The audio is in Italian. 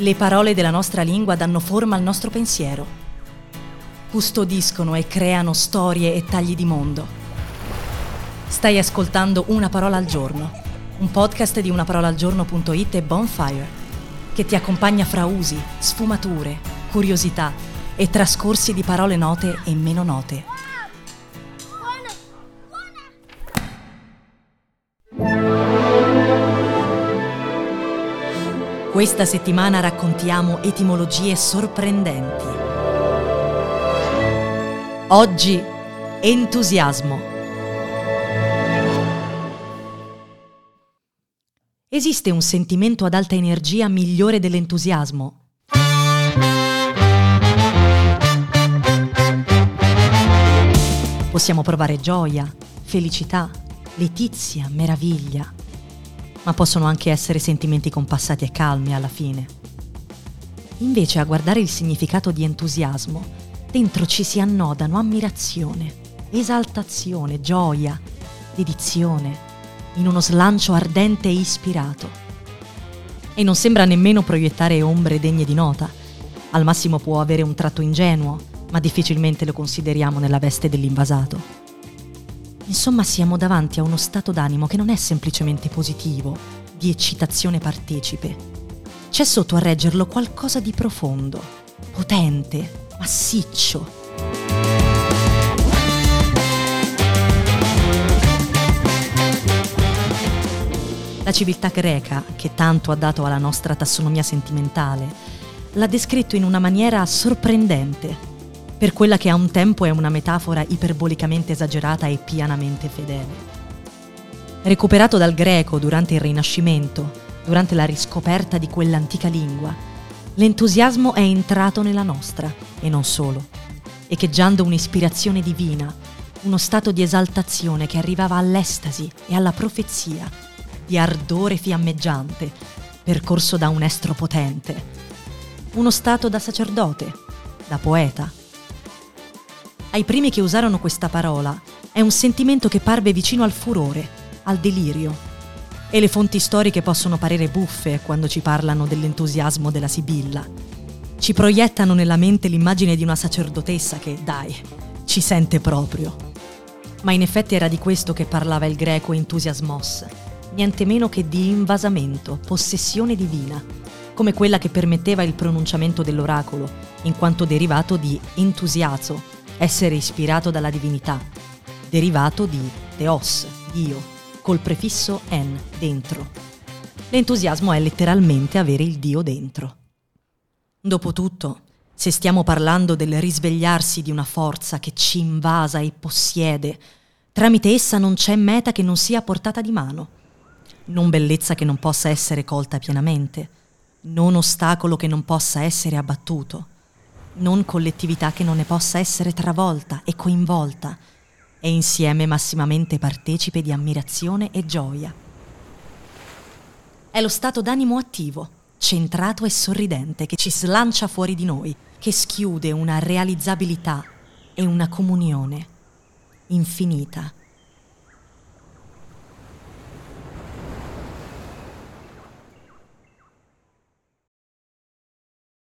Le parole della nostra lingua danno forma al nostro pensiero. Custodiscono e creano storie e tagli di mondo. Stai ascoltando Una parola al giorno, un podcast di unaparolaalgiorno.it e Bonfire, che ti accompagna fra usi, sfumature, curiosità e trascorsi di parole note e meno note. Questa settimana raccontiamo etimologie sorprendenti. Oggi, entusiasmo. Esiste un sentimento ad alta energia migliore dell'entusiasmo? Possiamo provare gioia, felicità, letizia, meraviglia, ma possono anche essere sentimenti compassati e calmi alla fine. Invece, a guardare il significato di entusiasmo, dentro ci si annodano ammirazione, esaltazione, gioia, dedizione, in uno slancio ardente e ispirato. E non sembra nemmeno proiettare ombre degne di nota. Al massimo può avere un tratto ingenuo, ma difficilmente lo consideriamo nella veste dell'invasato. Insomma, siamo davanti a uno stato d'animo che non è semplicemente positivo, di eccitazione partecipe. C'è sotto a reggerlo qualcosa di profondo, potente, massiccio. La civiltà greca, che tanto ha dato alla nostra tassonomia sentimentale, l'ha descritto in una maniera sorprendente, per quella che a un tempo è una metafora iperbolicamente esagerata e pianamente fedele. Recuperato dal greco durante il Rinascimento, durante la riscoperta di quell'antica lingua, l'entusiasmo è entrato nella nostra, e non solo, echeggiando un'ispirazione divina, uno stato di esaltazione che arrivava all'estasi e alla profezia, di ardore fiammeggiante, percorso da un estro potente, uno stato da sacerdote, da poeta. Ai primi che usarono questa parola è un sentimento che parve vicino al furore, al delirio. E le fonti storiche possono parere buffe quando ci parlano dell'entusiasmo della Sibilla. Ci proiettano nella mente l'immagine di una sacerdotessa che, dai, ci sente proprio. Ma in effetti era di questo che parlava il greco entusiasmos, niente meno che di invasamento, possessione divina, come quella che permetteva il pronunciamento dell'oracolo, in quanto derivato di entusiazo, essere ispirato dalla divinità, derivato di theos, Dio, col prefisso en, dentro. L'entusiasmo è letteralmente avere il Dio dentro. Dopotutto, se stiamo parlando del risvegliarsi di una forza che ci invasa e possiede, tramite essa non c'è meta che non sia a portata di mano, non bellezza che non possa essere colta pienamente, non ostacolo che non possa essere abbattuto, non collettività che non ne possa essere travolta e coinvolta, e insieme massimamente partecipe di ammirazione e gioia. È lo stato d'animo attivo, centrato e sorridente che ci slancia fuori di noi, che schiude una realizzabilità e una comunione infinita